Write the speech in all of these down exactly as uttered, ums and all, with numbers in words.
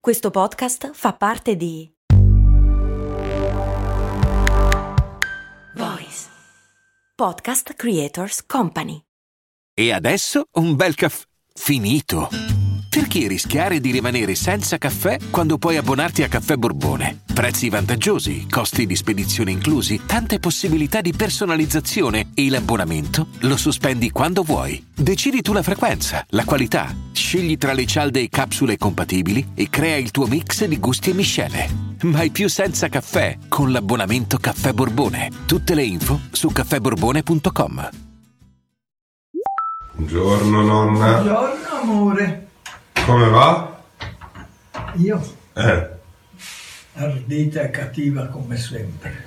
Questo podcast fa parte di Voice Podcast Creators Company. E adesso un bel caffè finito. Perché rischiare di rimanere senza caffè quando puoi abbonarti a Caffè Borbone? Prezzi vantaggiosi, costi di spedizione inclusi, tante possibilità di personalizzazione e l'abbonamento lo sospendi quando vuoi. Decidi tu la frequenza, la qualità, scegli tra le cialde e capsule compatibili e crea il tuo mix di gusti e miscele. Mai più senza caffè con l'abbonamento Caffè Borbone. Tutte le info su caffè borbone punto com. Buongiorno nonna. Buongiorno amore. Come va? Io? Eh. Ardita e cattiva come sempre.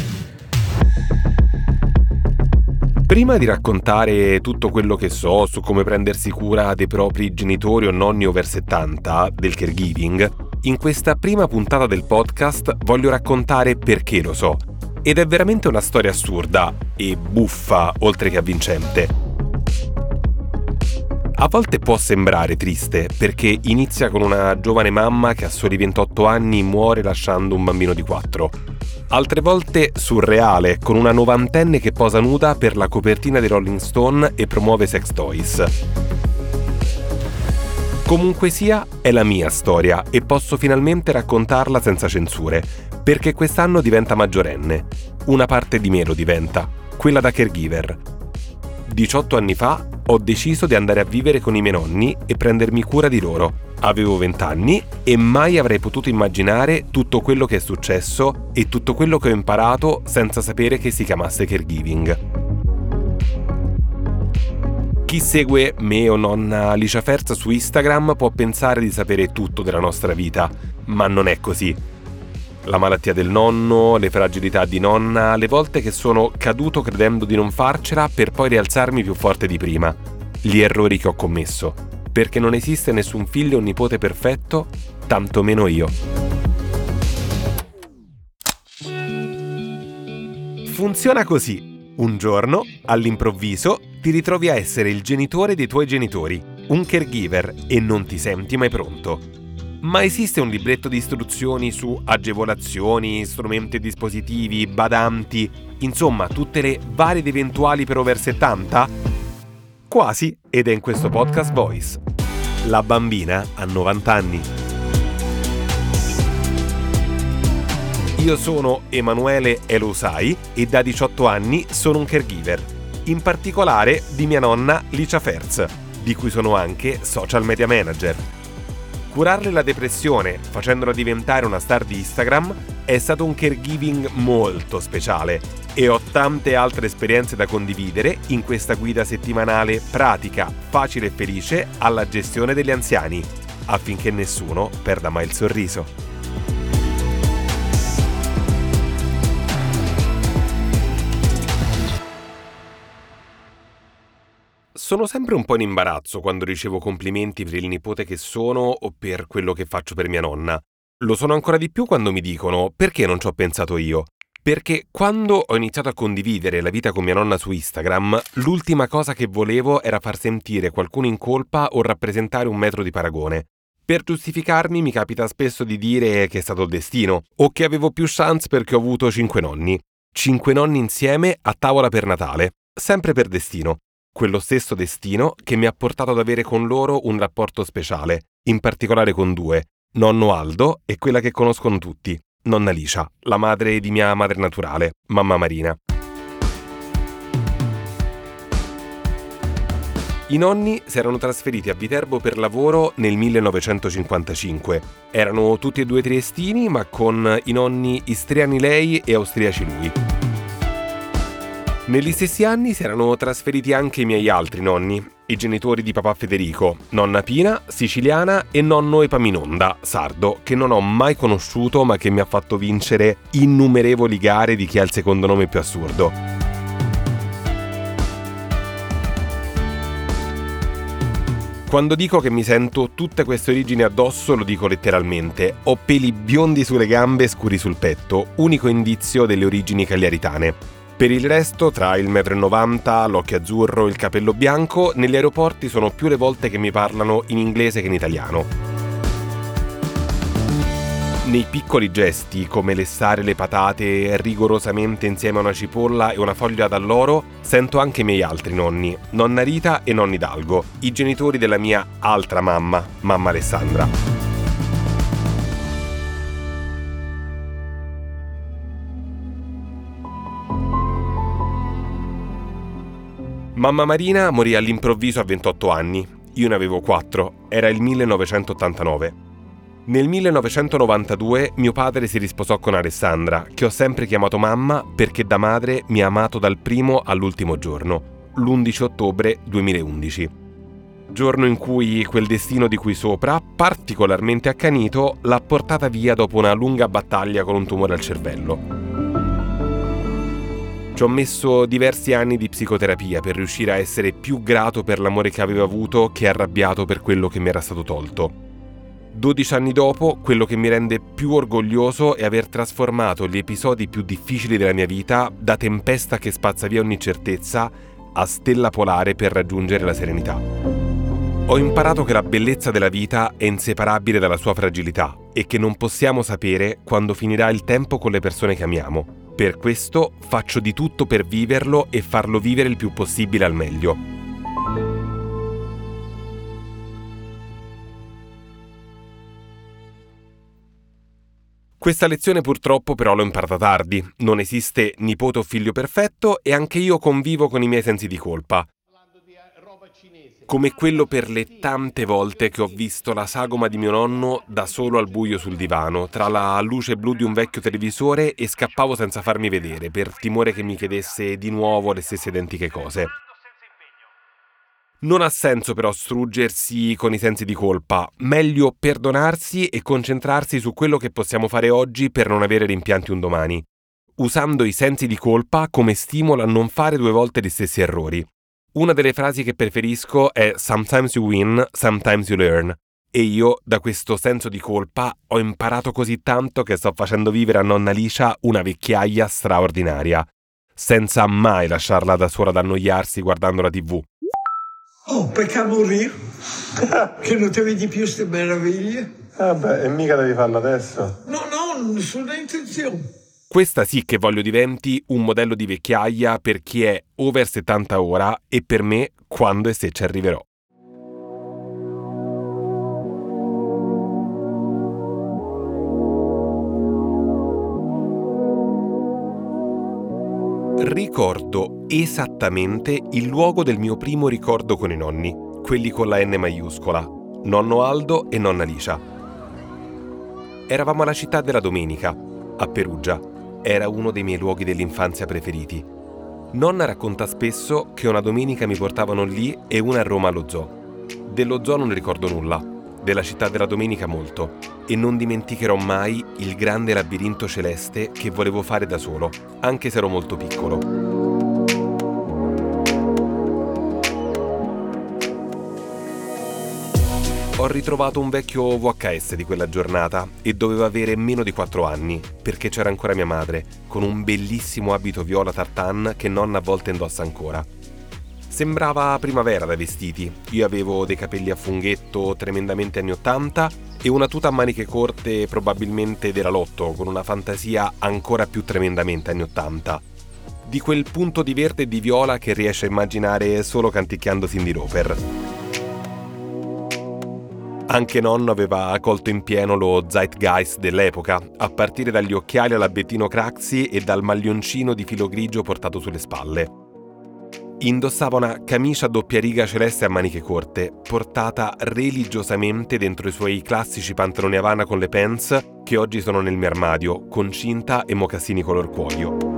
Prima di raccontare tutto quello che so su come prendersi cura dei propri genitori o nonni over settanta, del caregiving, in questa prima puntata del podcast voglio raccontare perché lo so. Ed è veramente una storia assurda e buffa, oltre che avvincente. A volte può sembrare triste perché inizia con una giovane mamma che a soli ventotto anni muore lasciando un bambino di quattro. Altre volte surreale, con una novantenne che posa nuda per la copertina dei Rolling Stone e promuove sex toys. Comunque sia, è la mia storia e posso finalmente raccontarla senza censure, perché quest'anno diventa maggiorenne. Una parte di me lo diventa, quella da caregiver. diciotto anni fa ho deciso di andare a vivere con i miei nonni e prendermi cura di loro. Avevo venti anni e mai avrei potuto immaginare tutto quello che è successo e tutto quello che ho imparato senza sapere che si chiamasse caregiving. Chi segue me o nonna Licia Ferz su Instagram può pensare di sapere tutto della nostra vita, ma non è così. La malattia del nonno, le fragilità di nonna, le volte che sono caduto credendo di non farcela per poi rialzarmi più forte di prima, gli errori che ho commesso, perché non esiste nessun figlio o nipote perfetto, tantomeno io. Funziona così. Un giorno, all'improvviso, ti ritrovi a essere il genitore dei tuoi genitori, un caregiver, e non ti senti mai pronto. Ma esiste un libretto di istruzioni su agevolazioni, strumenti e dispositivi, badanti, insomma tutte le varie ed eventuali per over settanta? Quasi, ed è in questo podcast Voice. La bambina ha novanta anni. Io sono Emanuele e lo sai, e da diciotto anni sono un caregiver, in particolare di mia nonna Licia Ferz, di cui sono anche social media manager. Curarle la depressione, facendola diventare una star di Instagram, è stato un caregiving molto speciale e ho tante altre esperienze da condividere in questa guida settimanale pratica, facile e felice alla gestione degli anziani, affinché nessuno perda mai il sorriso. Sono sempre un po' in imbarazzo quando ricevo complimenti per il nipote che sono o per quello che faccio per mia nonna. Lo sono ancora di più quando mi dicono perché non ci ho pensato io. Perché quando ho iniziato a condividere la vita con mia nonna su Instagram, l'ultima cosa che volevo era far sentire qualcuno in colpa o rappresentare un metro di paragone. Per giustificarmi mi capita spesso di dire che è stato il destino o che avevo più chance perché ho avuto cinque nonni. Cinque nonni insieme a tavola per Natale, sempre per destino. Quello stesso destino che mi ha portato ad avere con loro un rapporto speciale, in particolare con due, nonno Aldo e quella che conoscono tutti, nonna Licia, la madre di mia madre naturale, mamma Marina. I nonni si erano trasferiti a Viterbo per lavoro nel millenovecentocinquantacinque. Erano tutti e due triestini, ma con i nonni istriani lei e austriaci lui. Negli stessi anni si erano trasferiti anche i miei altri nonni, i genitori di papà Federico, nonna Pina, siciliana, e nonno Epaminonda, sardo, che non ho mai conosciuto ma che mi ha fatto vincere innumerevoli gare di chi ha il secondo nome più assurdo. Quando dico che mi sento tutte queste origini addosso, lo dico letteralmente. Ho peli biondi sulle gambe e scuri sul petto, unico indizio delle origini cagliaritane. Per il resto, tra il metro e novanta, l'occhio azzurro e il capello bianco, negli aeroporti sono più le volte che mi parlano in inglese che in italiano. Nei piccoli gesti, come lessare le patate rigorosamente insieme a una cipolla e una foglia d'alloro, sento anche i miei altri nonni, nonna Rita e nonni Dalgo, i genitori della mia altra mamma, mamma Alessandra. Mamma Marina morì all'improvviso a ventotto anni, io ne avevo quattro, era il millenovecentottantanove. Nel millenovecentonovantadue mio padre si risposò con Alessandra, che ho sempre chiamato mamma perché da madre mi ha amato dal primo all'ultimo giorno, l'undici ottobre duemilaundici. Giorno in cui quel destino di cui sopra, particolarmente accanito, l'ha portata via dopo una lunga battaglia con un tumore al cervello. Ci ho messo diversi anni di psicoterapia per riuscire a essere più grato per l'amore che avevo avuto che arrabbiato per quello che mi era stato tolto. dodici anni dopo, quello che mi rende più orgoglioso è aver trasformato gli episodi più difficili della mia vita da tempesta che spazza via ogni certezza a stella polare per raggiungere la serenità. Ho imparato che la bellezza della vita è inseparabile dalla sua fragilità e che non possiamo sapere quando finirà il tempo con le persone che amiamo. Per questo faccio di tutto per viverlo e farlo vivere il più possibile al meglio. Questa lezione purtroppo però l'ho imparata tardi, non esiste nipote o figlio perfetto e anche io convivo con i miei sensi di colpa. Come quello per le tante volte che ho visto la sagoma di mio nonno da solo al buio sul divano, tra la luce blu di un vecchio televisore e scappavo senza farmi vedere, per timore che mi chiedesse di nuovo le stesse identiche cose. Non ha senso però struggersi con i sensi di colpa, meglio perdonarsi e concentrarsi su quello che possiamo fare oggi per non avere rimpianti un domani, usando i sensi di colpa come stimolo a non fare due volte gli stessi errori. Una delle frasi che preferisco è "Sometimes you win, sometimes you learn", e io da questo senso di colpa ho imparato così tanto che sto facendo vivere a nonna Licia una vecchiaia straordinaria, senza mai lasciarla da sola ad annoiarsi guardando la tivù. Oh, pecca morire, che non ti vedi più ste meraviglie. Vabbè, e mica devi farlo adesso. No, no, nessuna intenzione. Questa sì che voglio diventi un modello di vecchiaia per chi è over settanta ora e per me quando e se ci arriverò. Ricordo esattamente il luogo del mio primo ricordo con i nonni, quelli con la N maiuscola, nonno Aldo e nonna Licia. Eravamo alla città della domenica, a Perugia. Era uno dei miei luoghi dell'infanzia preferiti. Nonna racconta spesso che una domenica mi portavano lì e una a Roma allo zoo. Dello zoo non ne ricordo nulla, della città della domenica molto, e non dimenticherò mai il grande labirinto celeste che volevo fare da solo, anche se ero molto piccolo. Ho ritrovato un vecchio V H S di quella giornata e dovevo avere meno di quattro anni, perché c'era ancora mia madre, con un bellissimo abito viola tartan che nonna a volte indossa ancora. Sembrava primavera dai vestiti, io avevo dei capelli a funghetto tremendamente anni ottanta e una tuta a maniche corte probabilmente della Lotto, con una fantasia ancora più tremendamente anni ottanta. Di quel punto di verde e di viola che riesce a immaginare solo canticchiando Cyndi Lauper. Anche nonno aveva colto in pieno lo zeitgeist dell'epoca, a partire dagli occhiali all'abbettino Craxi e dal maglioncino di filo grigio portato sulle spalle. Indossava una camicia a doppia riga celeste a maniche corte, portata religiosamente dentro i suoi classici pantaloni Havana con le pants, che oggi sono nel mio armadio, con cinta e mocassini color cuoio.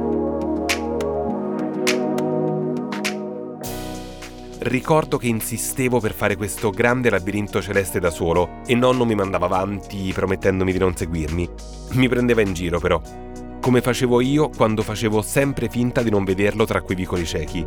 Ricordo che insistevo per fare questo grande labirinto celeste da solo e nonno mi mandava avanti promettendomi di non seguirmi. Mi prendeva in giro però, come facevo io quando facevo sempre finta di non vederlo tra quei vicoli ciechi.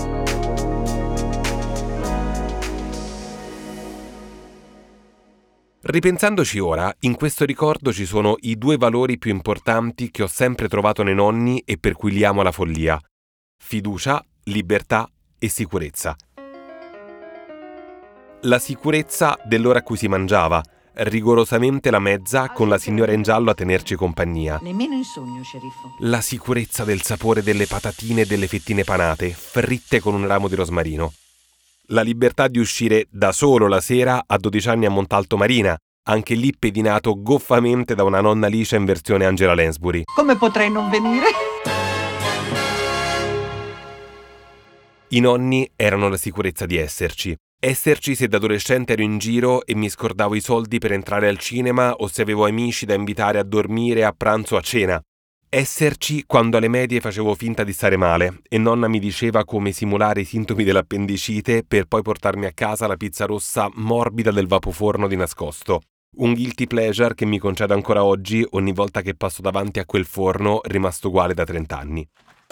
Ripensandoci ora, in questo ricordo ci sono i due valori più importanti che ho sempre trovato nei nonni e per cui li amo alla follia: fiducia, libertà e sicurezza. La sicurezza dell'ora a cui si mangiava, rigorosamente la mezza con la signora in giallo a tenerci compagnia. Nemmeno in sogno, sceriffo. La sicurezza del sapore delle patatine e delle fettine panate, fritte con un ramo di rosmarino. La libertà di uscire da solo la sera a dodici anni a Montalto Marina, anche lì pedinato goffamente da una nonna Alicia in versione Angela Lansbury. Come potrei non venire? I nonni erano la sicurezza di esserci. Esserci se da adolescente ero in giro e mi scordavo i soldi per entrare al cinema o se avevo amici da invitare a dormire, a pranzo, a cena. Esserci quando alle medie facevo finta di stare male e nonna mi diceva come simulare i sintomi dell'appendicite per poi portarmi a casa la pizza rossa morbida del vapoforno di nascosto. Un guilty pleasure che mi concedo ancora oggi ogni volta che passo davanti a quel forno rimasto uguale da trent'anni.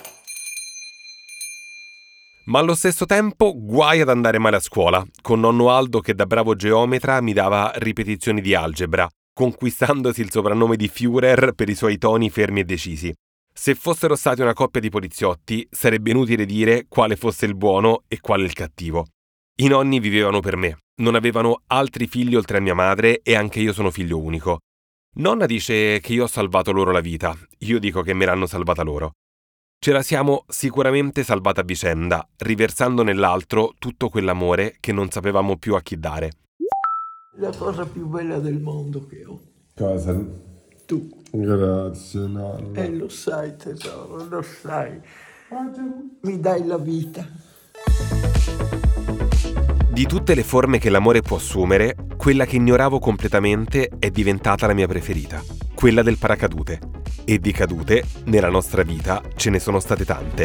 Ma allo stesso tempo guai ad andare male a scuola, con nonno Aldo che da bravo geometra mi dava ripetizioni di algebra, conquistandosi il soprannome di Führer per i suoi toni fermi e decisi. Se fossero stati una coppia di poliziotti, sarebbe inutile dire quale fosse il buono e quale il cattivo. I nonni vivevano per me, non avevano altri figli oltre a mia madre e anche io sono figlio unico. Nonna dice che io ho salvato loro la vita, io dico che me l'hanno salvata loro. Ce la siamo sicuramente salvata a vicenda, riversando nell'altro tutto quell'amore che non sapevamo più a chi dare. La cosa più bella del mondo che ho. Cosa? Tu. Grazie, nonna. E lo sai, tesoro, lo sai. Mi dai la vita. Di tutte le forme che l'amore può assumere, quella che ignoravo completamente è diventata la mia preferita, quella del paracadute. E di cadute, nella nostra vita, ce ne sono state tante.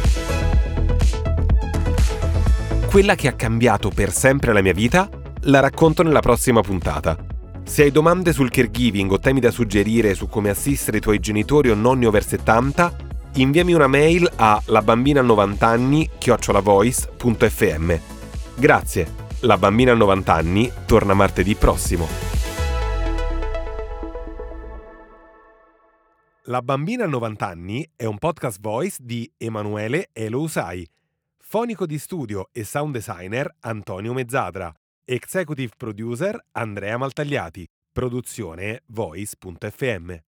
Quella che ha cambiato per sempre la mia vita, la racconto nella prossima puntata. Se hai domande sul caregiving o temi da suggerire su come assistere i tuoi genitori o nonni over settanta, inviami una mail a labambina90anni chiocciola voice punto effe emme. Grazie, La Bambina a novanta anni torna martedì prossimo. La Bambina a novanta anni è un podcast voice di Emanuele Elousai, fonico di studio e sound designer Antonio Mezzadra, executive producer Andrea Maltagliati, produzione voice punto effe emme.